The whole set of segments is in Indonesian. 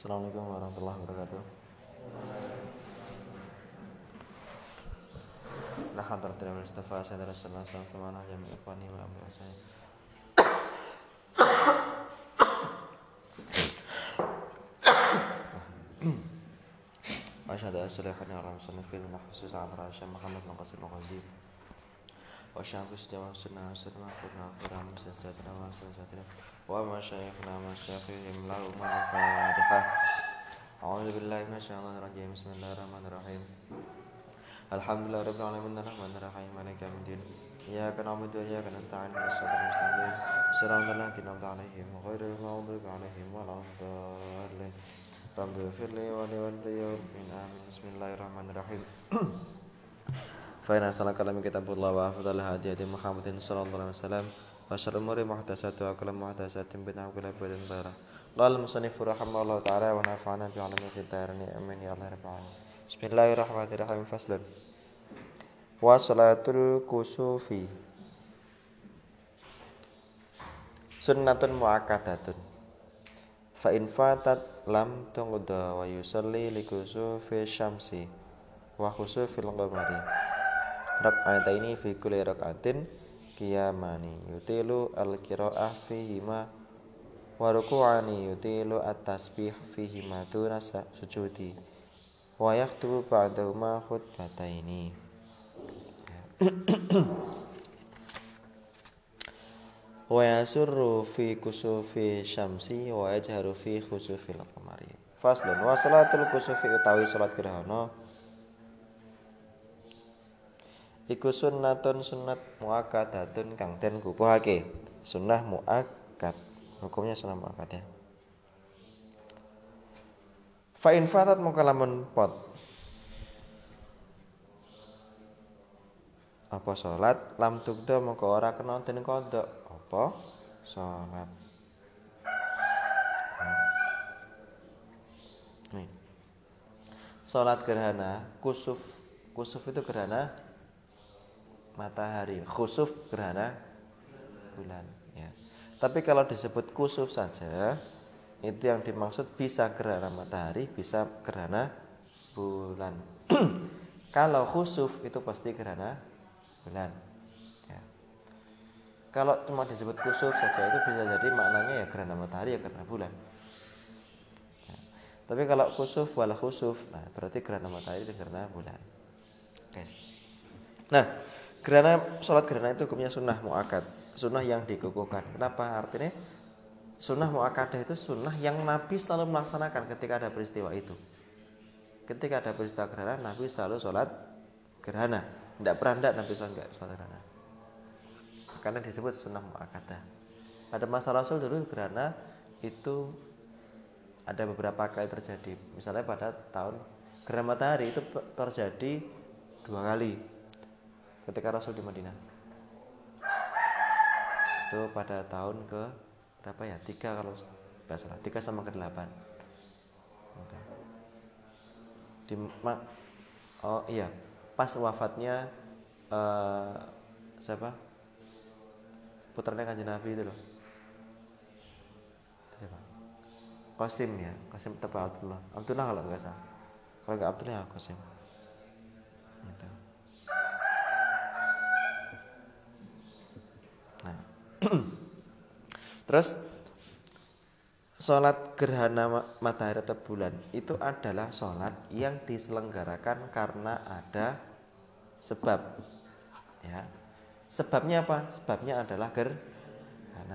Assalamualaikum warahmatullahi wabarakatuh. La hadratil Mustafa Sayyidina Rasulullah sallallahu alaihi wasallam ikhwani wa amri saya. Asyhadu an la ilaha illallah wa fil mahsus an rasul Muhammad bin Qasim al-Ghazi. Wa syahadu sejawab sunnah sunnah qurna qur'an sayyidina wa sayyidina wa masyayikhna masyayikhim lahum al-fatihah. A'udzu billahi minasyaitonir rajim. Bismillahirrahmanirrahim. Alhamdulillahi rabbil alamin arrahmanir rahim maliki yaumiddin. Iyyaka na'budu wa iyyaka nasta'in ihdinas siratal mustaqim siratal ladzina an'amta 'alaihim ghairil maghdubi 'alaihim waladdallin. Rabbi firli wa li walidayya amin. Bismillahirrahmanirrahim. Fa inna asala kalami kitabullah wa afdal hadi hadi Muhammadin sallallahu alaihi wasallam wa syarrul umuri muhdatsatuha wa kullu muhdatsatin bid'ah wa kullu bid'atin dhalalah. Qala al-musannif rahimahullahu ta'ala wa nafa'ana bi 'ulumi fid dharain amin ya Allah rabbal alamin. Bismillahirrahmanirrahim. Faslun wa salatul kusufi sunnatun muakkadatun fa in fatat lam tuqda wa yusalli li kusufi syamsi wa khusufil qamari rak'ataini fi kulli rak'atin qiyamani yutilu al-qira'ah fihima wa ruku'ani yutilu at-tasbih fihima duna sujudi wa yaktubu ba'dahuma khutbataini. Wa yasurru fi kusufi syamsi wa yajharu fi khusufil qamari. Faslun wa salatul kusufi utawi salat gerhana iku sunnatun sunnat muakkadatun kang den kukuhake. Sunnah muakkad. Hukumnya sunnah muakkad ya. Fa in fatat maka lamun pot apa salat lam tugda maka ora kena den qada apa salat. Nih. Salat gerhana kusuf. Kusuf itu gerhana matahari, khusuf gerhana bulan ya. Tapi kalau disebut kusuf saja itu yang dimaksud bisa gerhana matahari, bisa gerhana bulan. Kalau khusuf itu pasti gerhana bulan ya. Kalau cuma disebut kusuf saja itu bisa jadi maknanya ya gerhana matahari ya gerhana bulan ya. Tapi kalau kusuf wala khusuf, nah berarti gerhana matahari dan gerhana bulan. Oke. Nah, sholat gerhana itu hukumnya sunnah muakkad, sunnah yang dikukuhkan. Kenapa? Artinya sunnah muakkadah itu sunnah yang Nabi selalu melaksanakan ketika ada peristiwa itu. Ketika ada peristiwa gerhana, Nabi selalu sholat gerhana. Tidak pernah tidak Nabi sholat gerhana. Karena disebut sunnah muakkadah. Pada masa Rasul dulu gerhana itu ada beberapa kali terjadi. Misalnya pada tahun gerhana matahari itu terjadi 2 kali ketika Rasul di Madinah. Itu pada tahun ke berapa ya? 3 kalau tidak salah. 3 sama ke 8. Oh iya, pas wafatnya siapa? Putranya Kanjeng Nabi itu loh. Siapa? Qasim ya, Qasim Taba Abdullah. Abdullah kalau enggak salah. Kalau enggak Abdullah ya Qasim. Gitu. Nah. Terus sholat gerhana matahari atau bulan itu adalah sholat yang diselenggarakan karena ada sebab ya. Sebabnya apa? Sebabnya adalah gerhana.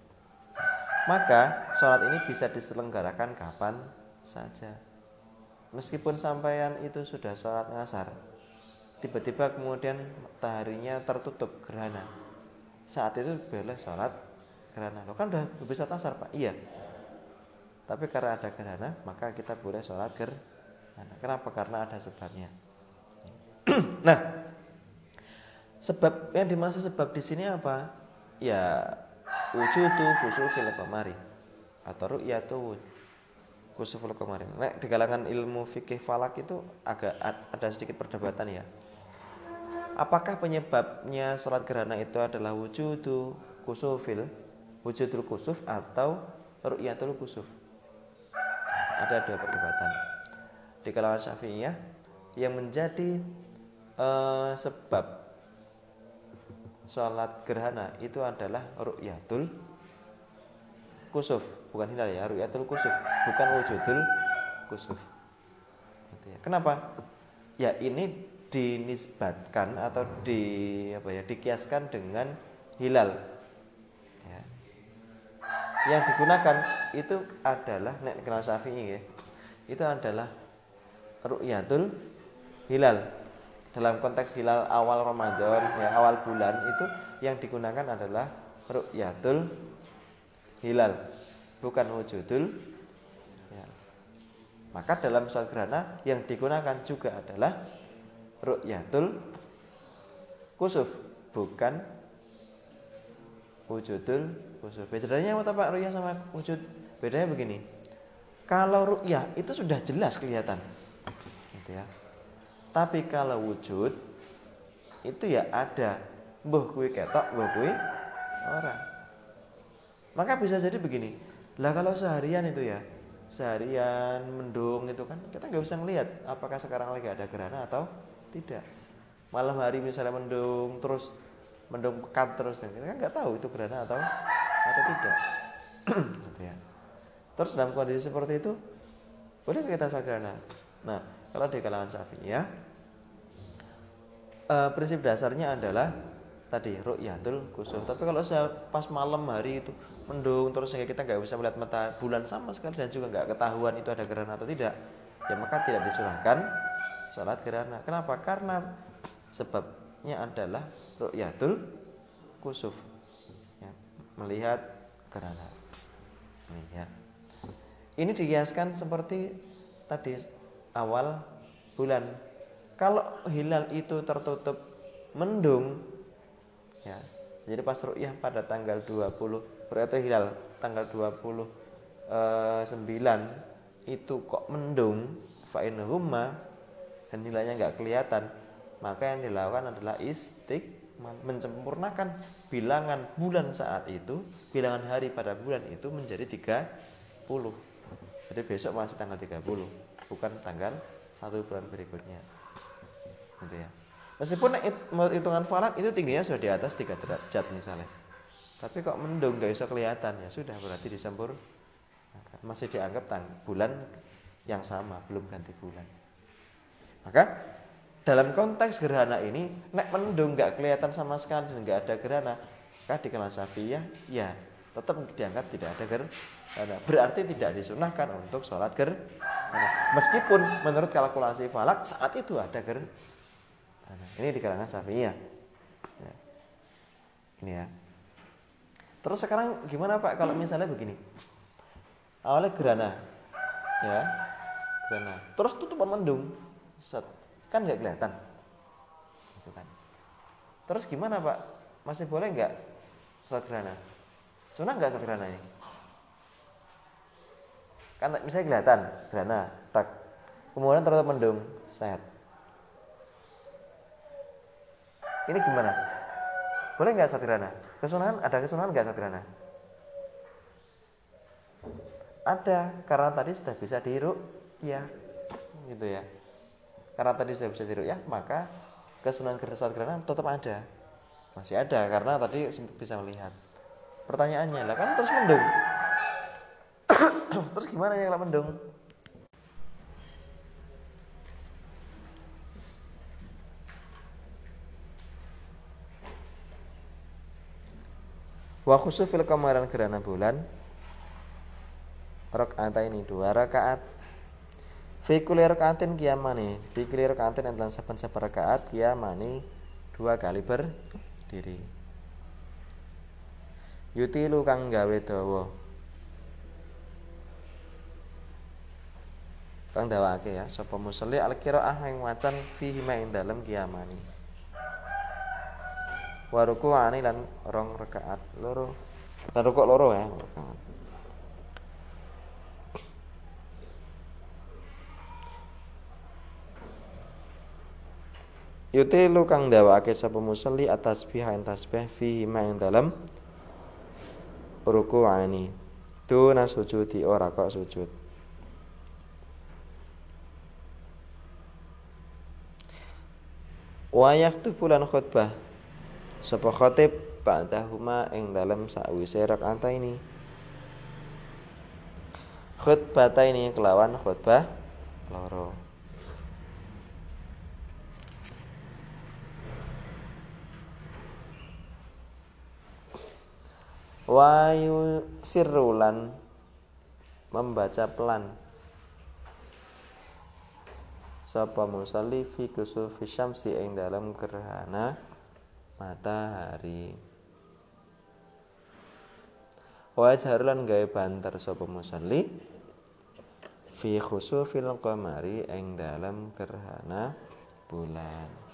Maka sholat ini bisa diselenggarakan kapan saja. Meskipun sampean itu sudah sholat ngasar, tiba-tiba kemudian mataharinya tertutup gerhana, saat itu boleh sholat gerhana. Loh kan udah bisa asar Pak? Iya. Tapi karena ada gerhana, maka kita boleh sholat gerhana. Kenapa? Karena ada sebabnya. Nah, sebab yang dimaksud sebab di sini apa? Ya wujudu khusufil qamari atau ru'yatu khusufil qamari. Nah, di kalangan ilmu fikih falak itu agak ada sedikit perdebatan ya. Apakah penyebabnya sholat gerhana itu adalah wujudul kusuf atau ru'yatul kusuf? ada dua perdebatan di kalangan Syafi'iyah yang menjadi sebab sholat gerhana itu adalah ru'yatul kusuf, bukan hilal ya, ru'yatul kusuf, bukan wujudul kusuf. Gitu ya. Kenapa? Ya ini dinisbatkan atau dikiaskan dengan hilal. Ya. Yang digunakan itu adalah nek kenal Syafi'i ya. Itu adalah ru'yatul hilal. Dalam konteks hilal awal Ramadan, ya awal bulan itu yang digunakan adalah ru'yatul hilal, bukan wujudul. Ya. Maka dalam sholat gerhana yang digunakan juga adalah ru'yatul kusuf, bukan wujudul kusuf. Bedanya apa Pak ru'yah sama wujud? Bedanya begini. Kalau ru'yah itu sudah jelas kelihatan. Gitu ya. Tapi kalau wujud itu ya ada mbuh kuwi ketok, mbuh kuwi ora. Maka bisa jadi begini. Lah kalau seharian itu ya, seharian mendung itu kan kita nggak bisa ngelihat apakah sekarang lagi ada gerhana atau tidak. Malam hari misalnya mendung terus mendung pekat terus kita kan nggak tahu itu gerhana atau tidak. Gitu ya. Terus dalam kondisi seperti itu boleh kita sholat gerhana. Nah, kalau di kalangan Syafi'iyah prinsip dasarnya adalah tadi ru'yatul kusuf. Tapi kalau pas malam hari itu mendung terus sehingga kita nggak bisa melihat bulan sama sekali dan juga nggak ketahuan itu ada gerhana atau tidak, ya maka tidak disunahkan sholat gerhana. Kenapa? Karena sebabnya adalah ru'yatul kusuf, ya, melihat gerhana. Ya. Ini dikiaskan seperti tadi awal bulan. Kalau hilal itu tertutup mendung, ya, jadi pas ru'yah pada tanggal 20 atau hilal tanggal 29 itu kok mendung fa'inhumma dan hilalnya nggak kelihatan, maka yang dilakukan adalah istiqmal, menyempurnakan bilangan bulan saat itu, bilangan hari pada bulan itu menjadi 30. Jadi besok masih tanggal 30, bukan tanggal 1 bulan berikutnya. Gitu ya. Meskipun hitungan falak itu tingginya sudah di atas 3 derajat misalnya, tapi kok mendung gak bisa kelihatan, ya sudah berarti disempur, masih dianggap bulan yang sama, belum ganti bulan. Maka dalam konteks gerhana ini, nek mendung gak kelihatan sama sekali dan gak ada gerhana, maka di kalangan Syafi'iyah ya tetap dianggap tidak ada gerhana. Berarti tidak disunahkan untuk sholat gerhana. Meskipun menurut kalkulasi falak saat itu ada gerhana. Ini di kalangan Syafi'iyah. Ya. Ini ya. Terus sekarang gimana Pak kalau misalnya begini? Awalnya gerhana. Ya. Gerhana. Terus tutupan mendung. Set. Kan enggak kelihatan. Gitu kan. Terus gimana Pak? Masih boleh enggak sholat gerhana? Sunah enggak sholat gerhana ini? Kan misalnya kelihatan gerhana, tak. Kemudian tertutup mendung, set. Ini gimana? Boleh nggak sholat gerhana? Kesunahan, ada kesunahan nggak sholat gerhana? Ada, karena tadi sudah bisa diru'yah, gitu ya. Karena tadi sudah bisa diru'yah, maka kesunahan sholat gerhana tetap ada, masih ada karena tadi bisa melihat. Pertanyaannya lah kan terus mendung, terus gimana ya kalau mendung? Wa khusufil qamaran gerhana bulan rakaat ini 2 rakaat. Fi kulli rakaatin qiyamani, fi kulli rakaatin adalah saben-saben rakaat qiyamani 2 kali berdiri. Yutilu kang gawe dawa. Kang dawake ya sapa musolli al-qiraah ing wacan fihi ma ing dalem qiyamani. Waruku ani lan rong rakaat loro. Lan rukuk loro ya. Yutilu kang dawake sapa musolli atasbih ing tasbih fihi ma ing dalem ruku ani. Duna sujudi ora kok sujud. Wa yaktubu lan khutbah sapa khatib ba'dahuma ing dalem sakwise rakaat ini. Khutbah ini kelawan khutbah loro. Wayu sirrulan membaca pelan sapa musalli fi kusufi syamsi ing dalam gerhana matahari. Wa jarlan gawe banter sapa musalli fi khusufil qamari ing dalam gerhana bulan.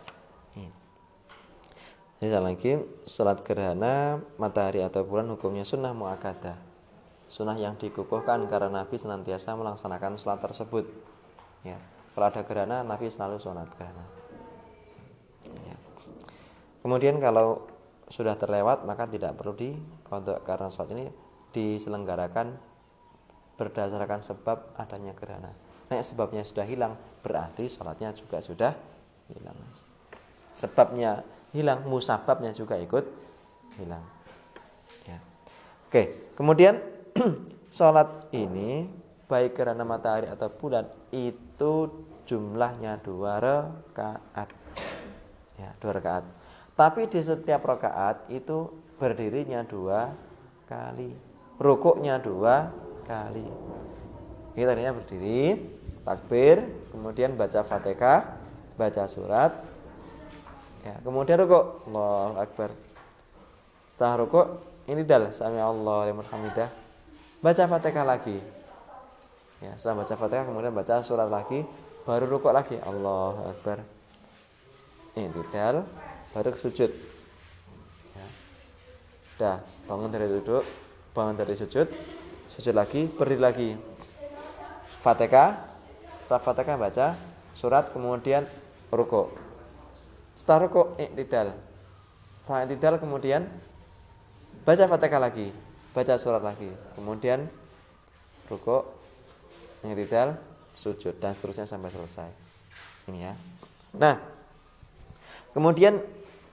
Ini lagi salat gerhana matahari atau bulan hukumnya sunnah muakkadah. Sunnah yang dikukuhkan karena Nabi senantiasa melaksanakan salat tersebut. Ya. Kalau ada gerhana Nabi selalu salat gerhana. Ya. Kemudian kalau sudah terlewat maka tidak perlu diqadha karena salat ini diselenggarakan berdasarkan sebab adanya gerhana. Nek sebabnya sudah hilang berarti salatnya juga sudah hilang. Sebabnya hilang, musababnya juga ikut hilang. Ya. Oke, kemudian sholat ini baik gerhana matahari atau bulan itu jumlahnya 2 rakaat. Ya, 2 rakaat. Tapi di setiap rakaat itu berdirinya 2 kali, rukuknya 2 kali. Ini tadinya berdiri, takbir, kemudian baca Fatihah, baca surat. Ya, kemudian rukuk, Allahu Akbar. Setelah rukuk, ini dal sami Allah liman hamidah. Baca Fatihah lagi. Ya, setelah baca Fatihah kemudian baca surat lagi, baru rukuk lagi, Allahu Akbar. Ini dal, baru sujud. Ya. Dah, bangun dari duduk, bangun dari sujud, sujud lagi, berdiri lagi. Fatihah, setelah Fatihah baca surat kemudian rukuk. Setelah rukuk i'tidal. Setelah i'tidal kemudian baca Fatihah lagi, baca surat lagi, kemudian rukuk, i'tidal, sujud dan seterusnya sampai selesai. Ini ya. Nah, kemudian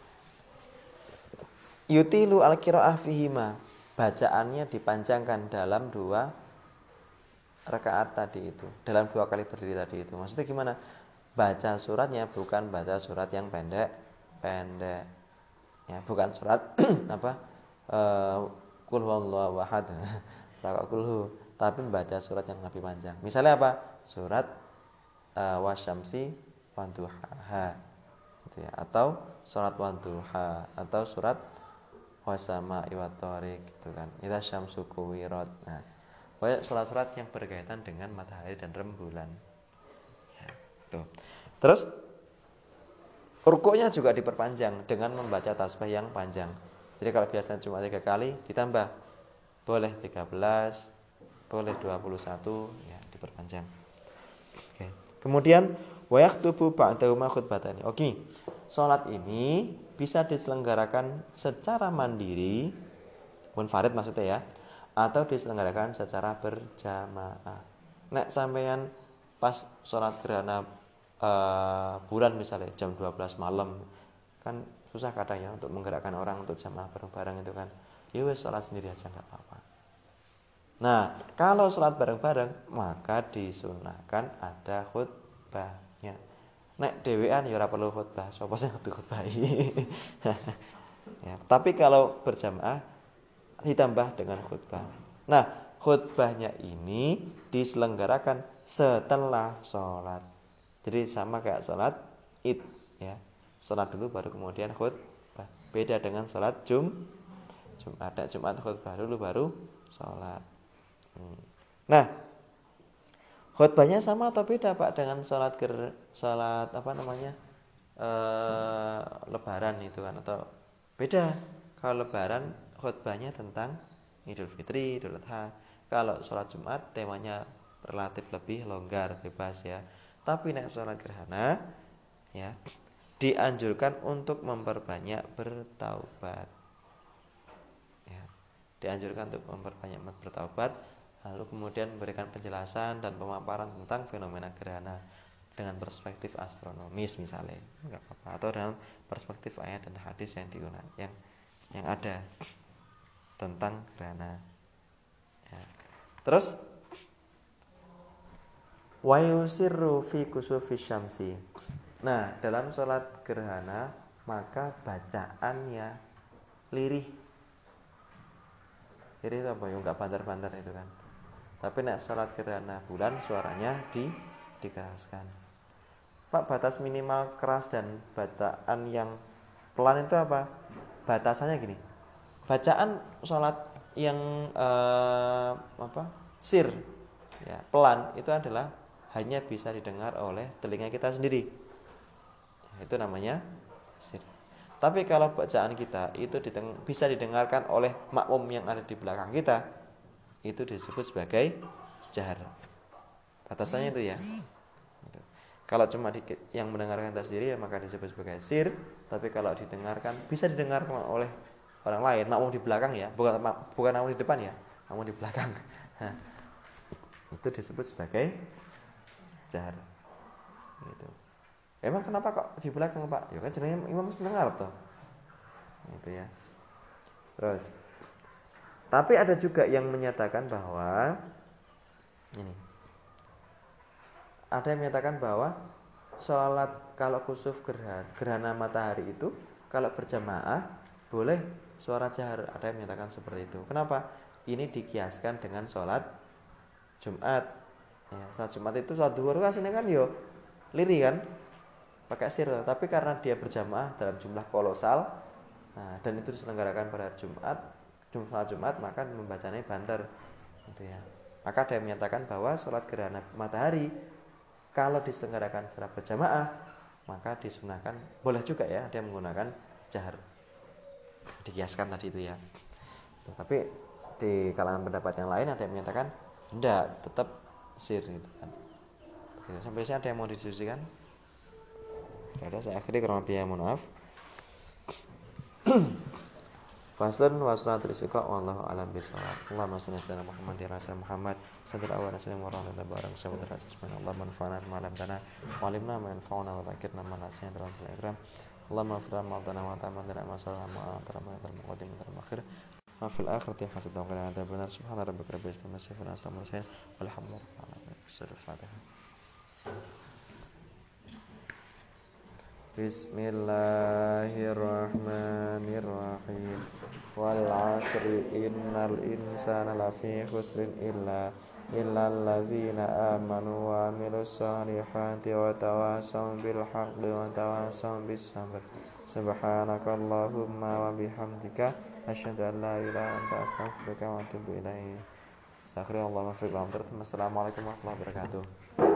yutilu al-qiraah fihima. Bacaannya dipanjangkan dalam 2 rakaat tadi itu, dalam 2 kali berdiri tadi itu. Maksudnya gimana? Baca suratnya bukan baca surat yang pendek, ya bukan surat apa qul huwallahu ahad, kulhu, tapi baca surat yang lebih panjang. Misalnya apa? Surat wasyamsi wadduha, gitu ya, atau surat wadduha, atau surat wasama'i wathariq, gitu kan. Idza syamsu kuwirat. Nah, banyak surat-surat yang berkaitan dengan matahari dan rembulan. Tuh. Terus rukuknya juga diperpanjang dengan membaca tasbih yang panjang. Jadi kalau biasanya cuma 3 kali ditambah boleh 13, boleh 21, ya diperpanjang. Oke. Kemudian wa yaktubu ba'dahuma khutbatani. Oke. Salat ini bisa diselenggarakan secara mandiri, munfarid maksudnya ya, atau diselenggarakan secara berjamaah. Nek sampean pas sholat gerhana bulan misalnya jam 12 malam kan susah kadangnya untuk menggerakkan orang untuk jamaah bareng-bareng itu kan, ya wes sholat sendiri aja nggak apa-apa. Nah kalau sholat bareng-bareng maka disunahkan ada khutbahnya. Nek dhewean ya ora perlu khutbah, sapa sing kudu khutbahi. Ya, tapi kalau berjamaah ditambah dengan khutbah. Nah khutbahnya ini diselenggarakan setelah sholat. Jadi sama kayak sholat id ya. Sholat dulu baru kemudian khutbah. Beda dengan sholat Jumat. Jumat khutbah dulu baru sholat. Nah, khutbahnya sama atau beda Pak dengan sholat apa namanya? Lebaran itu kan, atau beda? Kalau lebaran khutbahnya tentang Idul Fitri, Idul Adha. Kalau sholat Jumat temanya relatif lebih longgar, bebas ya. Tapi nek sholat gerhana ya dianjurkan untuk memperbanyak bertaubat. Ya, dianjurkan untuk memperbanyak bertaubat, lalu kemudian memberikan penjelasan dan pemaparan tentang fenomena gerhana. dengan perspektif astronomis misalnya, nggak apa-apa, atau dalam perspektif ayat dan hadis yang digunakan yang ada tentang gerhana. Ya. Terus wa yusirru fi kusufi syamsi. Nah, dalam sholat gerhana maka bacaannya lirih. Lirih itu apa ya? Enggak banter-banter itu kan. Tapi nek sholat gerhana bulan suaranya dikeraskan. Pak, batas minimal keras dan bacaan yang pelan itu apa? Batasannya gini. Bacaan sholat yang sir, ya, pelan itu adalah hanya bisa didengar oleh telinga kita sendiri. Itu namanya sir. Tapi kalau bacaan kita itu bisa didengarkan oleh makmum yang ada di belakang kita, itu disebut sebagai jahar. Batasannya itu ya. Kalau cuma yang mendengarkan kita sendiri maka disebut sebagai sir. Tapi kalau bisa didengarkan oleh orang lain, makmum di belakang ya, bukan makmum di depan ya, makmum di belakang. Nah, itu disebut sebagai jahar. Gitu. Emang kenapa kok di belakang Pak? Ya kan jenenge imam seneng ngarep toh. Gitu ya. Terus tapi ada juga yang menyatakan bahwa ini. Ada yang menyatakan bahwa sholat kalau kusuf gerhana matahari itu kalau berjamaah boleh suara jahar. Ada yang menyatakan seperti itu. Kenapa? Ini dikiaskan dengan sholat Jumat. Ya, sholat Jumat itu sholat duhur aslinya kan yo liri kan, pakai sir. Tapi karena dia berjamaah dalam jumlah kolosal, nah, dan itu diselenggarakan pada sholat Jumat, maka membacanya banter, gitu ya. Maka ada yang menyatakan bahwa sholat gerhana matahari kalau diselenggarakan secara berjamaah maka disunahkan, boleh juga ya, dia menggunakan jahar. Dikiaskan tadi itu ya. Tapi di kalangan pendapat yang lain ada yang menyatakan enggak, tetap sir gitu kan. Oke, sampai sini ada yang mau didiskusikan? Oke, saya akhiri kurang lebih, mohon maaf. Faslun wa salatul istiqa wallahu alam bisawab. Allahumma shalli ala Muhammad wa ala Muhammad. Sadar awal aslam wa rahmatullahi wa barakatuh. Subhanallah manfa'ana ma lam tana wa alimna ma yanfa'una wa dzakirna ma nasiyan dalam ikram. Allahumma firra ma tana wa ta'amana ma sa'a ma tarama al muqaddim al akhir. Wa fil akhirati hasanatan wa qina adzaban nar. Subhana rabbika rabbil izzati amma yasifun wa salamun alal mursalin walhamdulillahi rabbil alamin. Fatihah. Bismillahirrahmanirrahim. Wal 'asri innal insana lafi khusrin illal ladzina amanu wa 'amilus solihati wa tawassaw bil haqqi wa tawassaw bis sabr. Subhanakallahumma wa bihamdika asyhadu an la ilaha illa anta astaghfiruka wa atubu ilaik. Assalamualaikum warahmatullahi wabarakatuh.